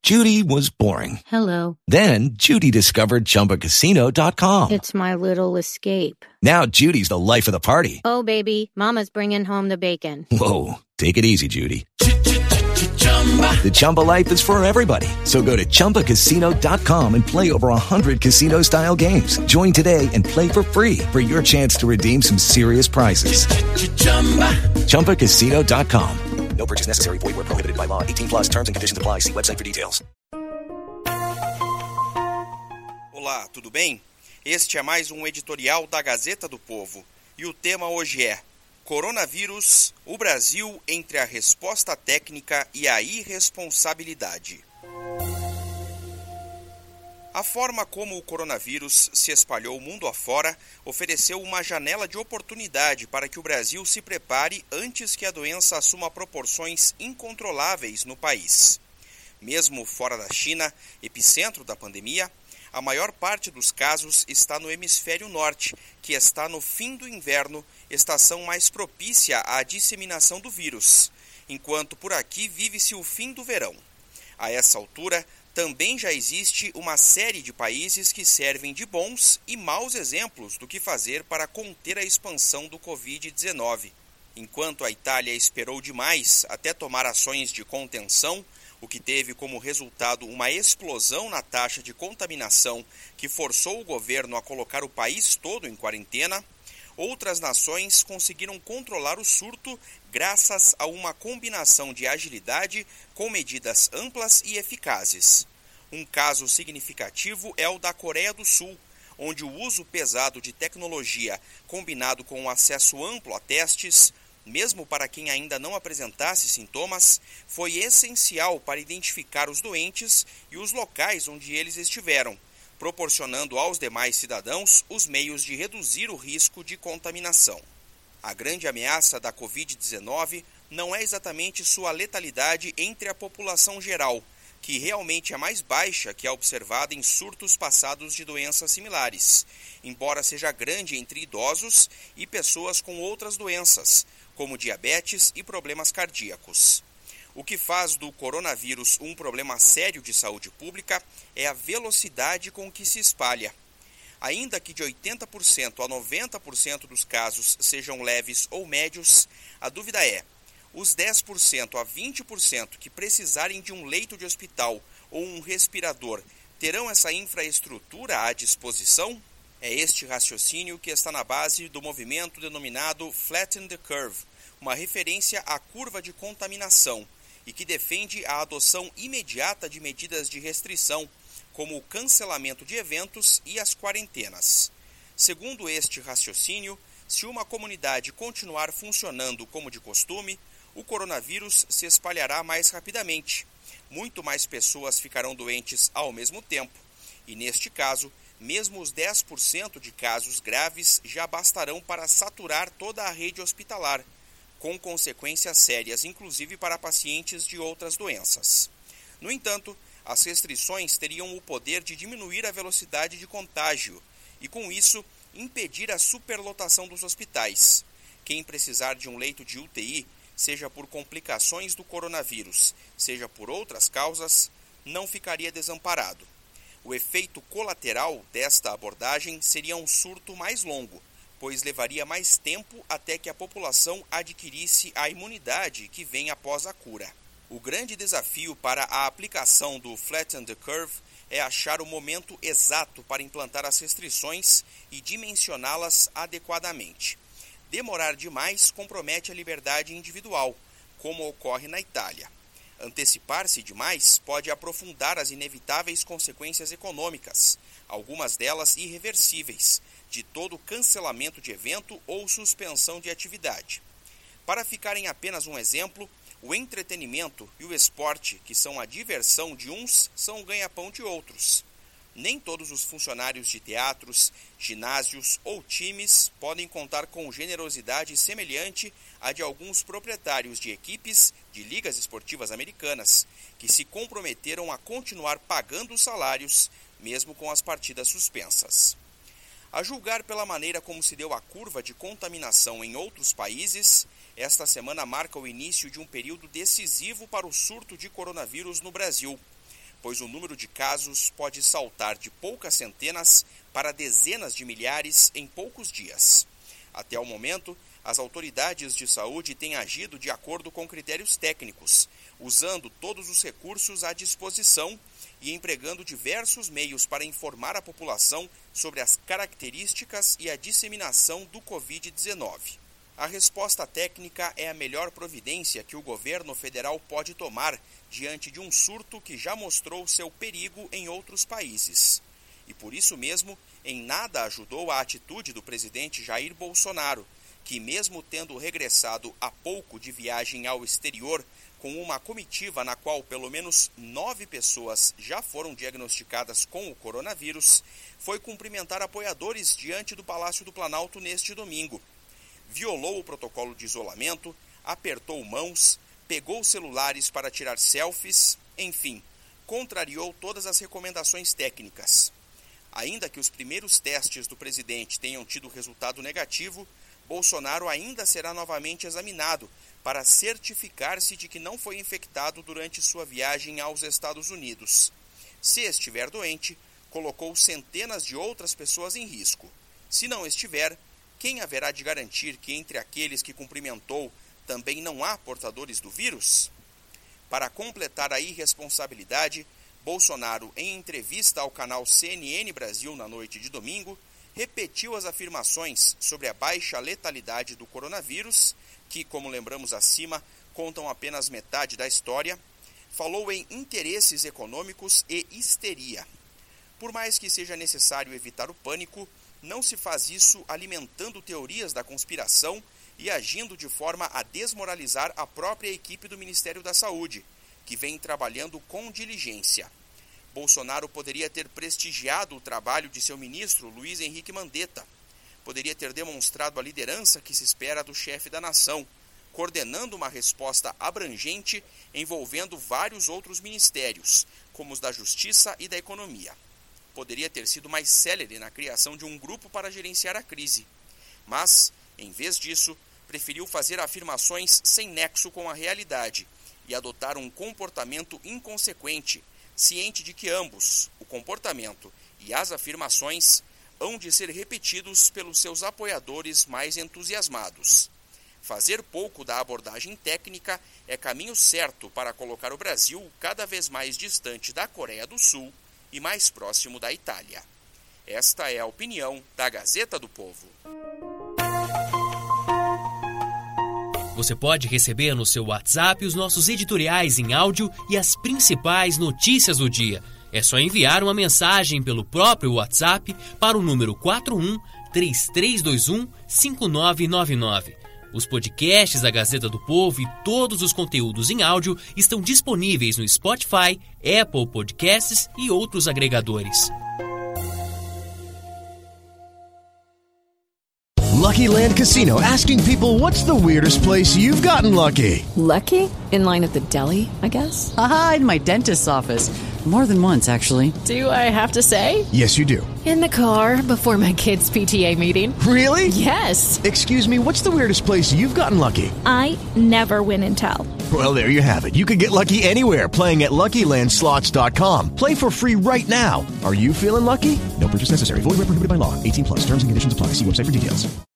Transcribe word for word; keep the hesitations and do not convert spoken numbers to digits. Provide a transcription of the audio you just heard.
Judy was boring. Hello. Then Judy discovered Chumba Casino dot com. It's my little escape. Now Judy's the life of the party. Oh, baby, mama's bringing home the bacon. Whoa, take it easy, Judy. The Chumba life is for everybody. So go to Chumba Casino dot com and play over one hundred casino-style games. Join today and play for free for your chance to redeem some serious prizes. Chumba Casino dot com. No purchase necessary. Void where prohibited by law. eighteen plus terms and conditions apply. See website for details. Olá, tudo bem? Este é mais um editorial da Gazeta do Povo. E o tema hoje é Coronavírus, o Brasil entre a resposta técnica e a irresponsabilidade. A forma como o coronavírus se espalhou mundo afora ofereceu uma janela de oportunidade para que o Brasil se prepare antes que a doença assuma proporções incontroláveis no país. Mesmo fora da China, epicentro da pandemia, a maior parte dos casos está no hemisfério norte, que está no fim do inverno, estação mais propícia à disseminação do vírus, enquanto por aqui vive-se o fim do verão. A essa altura, também já existe uma série de países que servem de bons e maus exemplos do que fazer para conter a expansão do covid dezenove. Enquanto a Itália esperou demais até tomar ações de contenção, o que teve como resultado uma explosão na taxa de contaminação que forçou o governo a colocar o país todo em quarentena, outras nações conseguiram controlar o surto graças a uma combinação de agilidade com medidas amplas e eficazes. Um caso significativo é o da Coreia do Sul, onde o uso pesado de tecnologia, combinado com o acesso amplo a testes, mesmo para quem ainda não apresentasse sintomas, foi essencial para identificar os doentes e os locais onde eles estiveram, proporcionando aos demais cidadãos os meios de reduzir o risco de contaminação. A grande ameaça da covid dezenove não é exatamente sua letalidade entre a população geral, que realmente é mais baixa que a observada em surtos passados de doenças similares, embora seja grande entre idosos e pessoas com outras doenças, como diabetes e problemas cardíacos. O que faz do coronavírus um problema sério de saúde pública é a velocidade com que se espalha. Ainda que de oitenta por cento a noventa por cento dos casos sejam leves ou médios, a dúvida é: os dez por cento a vinte por cento que precisarem de um leito de hospital ou um respirador terão essa infraestrutura à disposição? É este raciocínio que está na base do movimento denominado Flatten the Curve, uma referência à curva de contaminação, e que defende a adoção imediata de medidas de restrição, como o cancelamento de eventos e as quarentenas. Segundo este raciocínio, se uma comunidade continuar funcionando como de costume, o coronavírus se espalhará mais rapidamente. Muito mais pessoas ficarão doentes ao mesmo tempo, e neste caso, mesmo os dez por cento de casos graves já bastarão para saturar toda a rede hospitalar, com consequências sérias, inclusive para pacientes de outras doenças. No entanto, as restrições teriam o poder de diminuir a velocidade de contágio e, com isso, impedir a superlotação dos hospitais. Quem precisar de um leito de U T I, seja por complicações do coronavírus, seja por outras causas, não ficaria desamparado. O efeito colateral desta abordagem seria um surto mais longo, pois levaria mais tempo até que a população adquirisse a imunidade que vem após a cura. O grande desafio para a aplicação do Flatten the Curve é achar o momento exato para implantar as restrições e dimensioná-las adequadamente. Demorar demais compromete a liberdade individual, como ocorre na Itália. Antecipar-se demais pode aprofundar as inevitáveis consequências econômicas, algumas delas irreversíveis, de todo cancelamento de evento ou suspensão de atividade. Para ficar em apenas um exemplo, o entretenimento e o esporte, que são a diversão de uns, são o ganha-pão de outros. Nem todos os funcionários de teatros, ginásios ou times podem contar com generosidade semelhante à de alguns proprietários de equipes de ligas esportivas americanas, que se comprometeram a continuar pagando os salários, mesmo com as partidas suspensas. A julgar pela maneira como se deu a curva de contaminação em outros países, esta semana marca o início de um período decisivo para o surto de coronavírus no Brasil. pois o número de casos pode saltar de poucas centenas para dezenas de milhares em poucos dias. Até o momento, as autoridades de saúde têm agido de acordo com critérios técnicos, usando todos os recursos à disposição e empregando diversos meios para informar a população sobre as características e a disseminação do covid dezenove. A resposta técnica é a melhor providência que o governo federal pode tomar diante de um surto que já mostrou seu perigo em outros países. E por isso mesmo, em nada ajudou a atitude do presidente Jair Bolsonaro, que mesmo tendo regressado há pouco de viagem ao exterior, com uma comitiva na qual pelo menos nove pessoas já foram diagnosticadas com o coronavírus, foi cumprimentar apoiadores diante do Palácio do Planalto neste domingo. Violou o protocolo de isolamento, apertou mãos, pegou celulares para tirar selfies, enfim, contrariou todas as recomendações técnicas. Ainda que os primeiros testes do presidente tenham tido resultado negativo, Bolsonaro ainda será novamente examinado para certificar-se de que não foi infectado durante sua viagem aos Estados Unidos. Se estiver doente, colocou centenas de outras pessoas em risco. Se não estiver, quem haverá de garantir que entre aqueles que cumprimentou também não há portadores do vírus? Para completar a irresponsabilidade, Bolsonaro, em entrevista ao canal C N N Brasil na noite de domingo, repetiu as afirmações sobre a baixa letalidade do coronavírus, que, como lembramos acima, contam apenas metade da história, falou em interesses econômicos e histeria. Por mais que seja necessário evitar o pânico, não se faz isso alimentando teorias da conspiração e agindo de forma a desmoralizar a própria equipe do Ministério da Saúde, que vem trabalhando com diligência. Bolsonaro poderia ter prestigiado o trabalho de seu ministro, Luiz Henrique Mandetta. Poderia ter demonstrado a liderança que se espera do chefe da nação, coordenando uma resposta abrangente envolvendo vários outros ministérios, como os da Justiça e da Economia. Poderia ter sido mais célere na criação de um grupo para gerenciar a crise. Mas, em vez disso, preferiu fazer afirmações sem nexo com a realidade e adotar um comportamento inconsequente, ciente de que ambos, o comportamento e as afirmações, hão de ser repetidos pelos seus apoiadores mais entusiasmados. Fazer pouco da abordagem técnica é caminho certo para colocar o Brasil cada vez mais distante da Coreia do Sul e mais próximo da Itália. Esta é a opinião da Gazeta do Povo. Você pode receber no seu WhatsApp os nossos editoriais em áudio e as principais notícias do dia. É só enviar uma mensagem pelo próprio WhatsApp para o número quatro um, três três dois um, cinco nove nove nove. Os podcasts da Gazeta do Povo e todos os conteúdos em áudio estão disponíveis no Spotify, Apple Podcasts e outros agregadores. Lucky Land Casino, asking people, what's the weirdest place you've gotten lucky? Lucky? In line at the deli, I guess? Aha, in my dentist's office. More than once, actually. Do I have to say? Yes, you do. In the car before my kids' P T A meeting. Really? Yes. Excuse me, what's the weirdest place you've gotten lucky? I never win and tell. Well, there you have it. You can get lucky anywhere, playing at Lucky Land Slots dot com. Play for free right now. Are you feeling lucky? No purchase necessary. Void where prohibited by law. eighteen plus. Terms and conditions apply. See website for details.